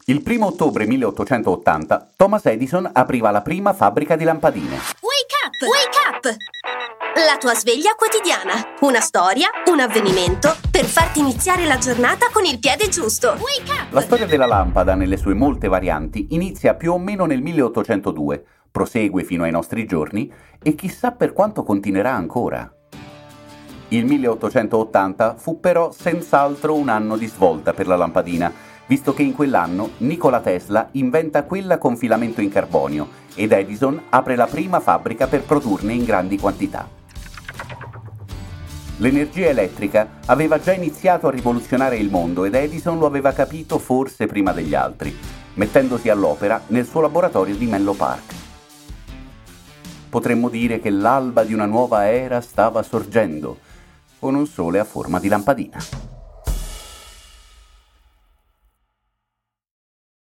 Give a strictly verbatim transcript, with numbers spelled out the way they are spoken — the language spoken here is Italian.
Il primo ottobre milleottocentottanta Thomas Edison apriva la prima fabbrica di lampadine. Wake up! Wake up! La tua sveglia quotidiana. Una storia, un avvenimento per farti iniziare la giornata con il piede giusto. Wake up! La storia della lampada, nelle sue molte varianti, inizia più o meno nel milleottocentodue, prosegue fino ai nostri giorni e chissà per quanto continuerà ancora. Il milleottocentottanta fu però senz'altro un anno di svolta per la lampadina, visto che in quell'anno Nikola Tesla inventa quella con filamento in carbonio ed Edison apre la prima fabbrica per produrne in grandi quantità. L'energia elettrica aveva già iniziato a rivoluzionare il mondo ed Edison lo aveva capito forse prima degli altri, mettendosi all'opera nel suo laboratorio di Menlo Park. Potremmo dire che l'alba di una nuova era stava sorgendo, con un sole a forma di lampadina.